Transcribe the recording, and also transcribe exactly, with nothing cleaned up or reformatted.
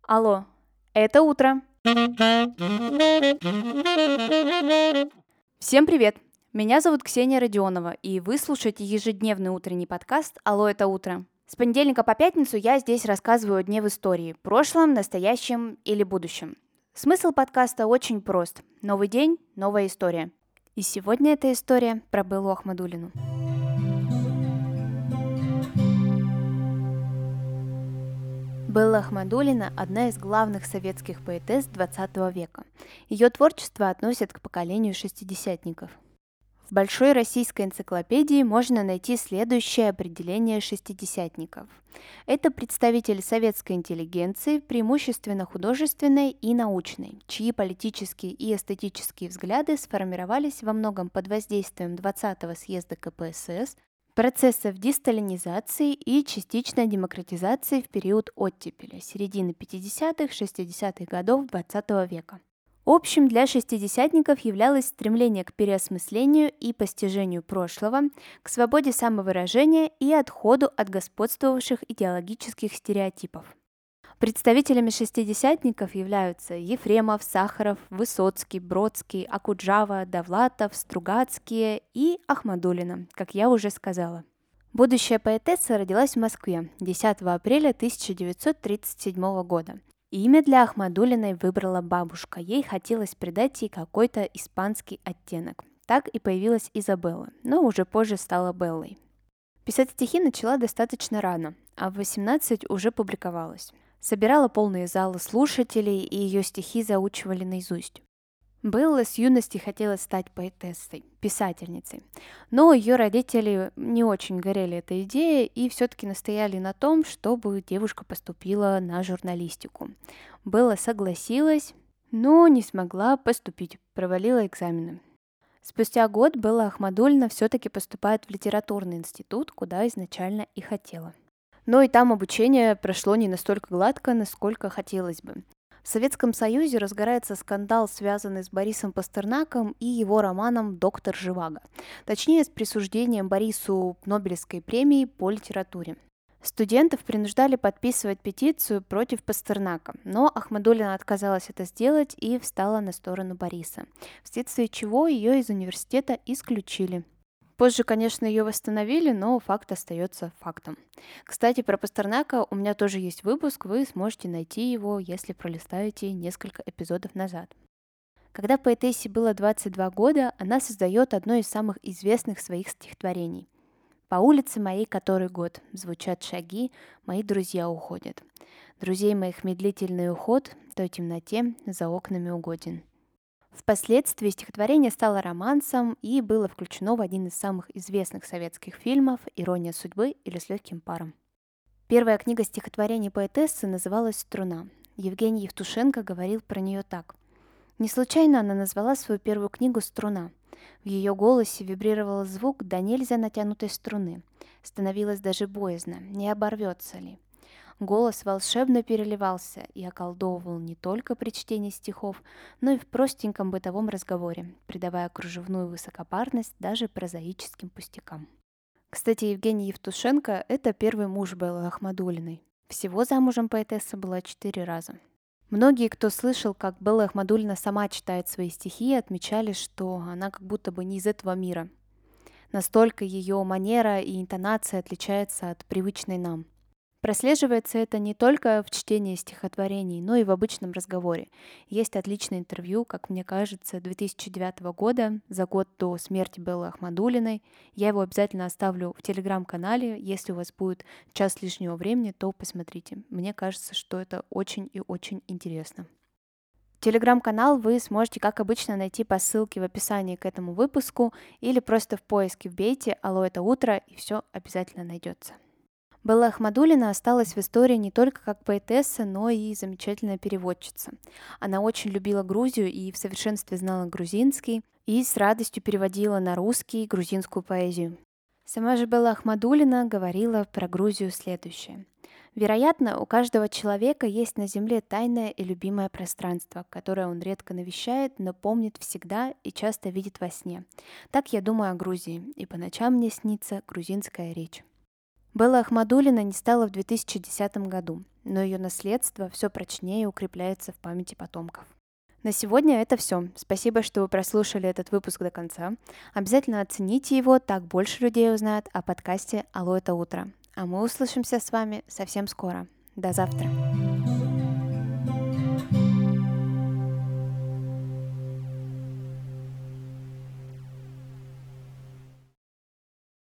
Алло, это утро. Всем привет! Меня зовут Ксения Родионова, и вы слушаете ежедневный утренний подкаст «Алло, это утро». С понедельника по пятницу я здесь рассказываю о дне в истории, прошлом, настоящем или будущем. Смысл подкаста очень прост. Новый день, новая история. И сегодня эта история про Беллу Ахмадуллину. Белла Ахмадуллина – одна из главных советских поэтесс двадцатого века. Ее творчество относят к поколению шестидесятников. В Большой российской энциклопедии можно найти следующее определение шестидесятников. Это представители советской интеллигенции, преимущественно художественной и научной, чьи политические и эстетические взгляды сформировались во многом под воздействием двадцатого съезда ка пэ эс эс, процессов десталинизации и частичной демократизации в период оттепели середины пятидесятых шестидесятых годов двадцатого века. Общим для шестидесятников являлось стремление к переосмыслению и постижению прошлого, к свободе самовыражения и отходу от господствовавших идеологических стереотипов. Представителями шестидесятников являются Ефремов, Сахаров, Высоцкий, Бродский, Окуджава, Довлатов, Стругацкие и Ахмадуллина, как я уже сказала. Будущая поэтесса родилась в Москве десятого апреля тысяча девятьсот тридцать седьмого года. Имя для Ахмадуллиной выбрала бабушка, ей хотелось придать ей какой-то испанский оттенок. Так и появилась Изабелла, но уже позже стала Беллой. Писать стихи начала достаточно рано, а в восемнадцать уже публиковалась. Собирала полные залы слушателей, и ее стихи заучивали наизусть. Белла с юности хотела стать поэтессой, писательницей, но ее родители не очень горели этой идеей и все-таки настояли на том, чтобы девушка поступила на журналистику. Белла согласилась, но не смогла поступить, провалила экзамены. Спустя год Белла Ахмадуллина все-таки поступает в литературный институт, куда изначально и хотела. Но и там обучение прошло не настолько гладко, насколько хотелось бы. В Советском Союзе разгорается скандал, связанный с Борисом Пастернаком и его романом «Доктор Живаго», точнее, с присуждением Борису Нобелевской премии по литературе. Студентов принуждали подписывать петицию против Пастернака, но Ахмадуллина отказалась это сделать и встала на сторону Бориса, вследствие чего ее из университета исключили. Позже, конечно, ее восстановили, но факт остается фактом. Кстати, про Пастернака у меня тоже есть выпуск, вы сможете найти его, если пролистаете несколько эпизодов назад. Когда поэтессе было двадцать два года, она создает одно из самых известных своих стихотворений. «По улице моей который год звучат шаги, мои друзья уходят. Друзей моих медлительный уход той темноте за окнами угоден». Впоследствии стихотворение стало романсом и было включено в один из самых известных советских фильмов «Ирония судьбы» или «С легким паром». Первая книга стихотворений поэтессы называлась «Струна». Евгений Евтушенко говорил про нее так. Не случайно она назвала свою первую книгу «Струна». В ее голосе вибрировал звук до нельзя натянутой струны. Становилось даже боязно, не оборвется ли. Голос волшебно переливался и околдовывал не только при чтении стихов, но и в простеньком бытовом разговоре, придавая кружевную высокопарность даже прозаическим пустякам. Кстати, Евгений Евтушенко – это первый муж Беллы Ахмадуллиной. Всего замужем поэтесса была четыре раза. Многие, кто слышал, как Белла Ахмадуллина сама читает свои стихи, отмечали, что она как будто бы не из этого мира. Настолько ее манера и интонация отличаются от привычной нам. Прослеживается это не только в чтении стихотворений, но и в обычном разговоре. Есть отличное интервью, как мне кажется, две тысячи девятого года, за год до смерти Беллы Ахмадуллиной. Я его обязательно оставлю в телеграм-канале. Если у вас будет час лишнего времени, то посмотрите. Мне кажется, что это очень и очень интересно. Телеграм-канал вы сможете, как обычно, найти по ссылке в описании к этому выпуску или просто в поиске вбейте «Алло, это утро» и все обязательно найдется. Белла Ахмадуллина осталась в истории не только как поэтесса, но и замечательная переводчица. Она очень любила Грузию и в совершенстве знала грузинский, и с радостью переводила на русский грузинскую поэзию. Сама же Белла Ахмадуллина говорила про Грузию следующее. Вероятно, у каждого человека есть на земле тайное и любимое пространство, которое он редко навещает, но помнит всегда и часто видит во сне. Так я думаю о Грузии, и по ночам мне снится грузинская речь. Белла Ахмадуллина не стала в две тысячи десятом году, но ее наследство все прочнее укрепляется в памяти потомков. На сегодня это все. Спасибо, что вы прослушали этот выпуск до конца. Обязательно оцените его, так больше людей узнают о подкасте «Алло, это утро». А мы услышимся с вами совсем скоро. До завтра.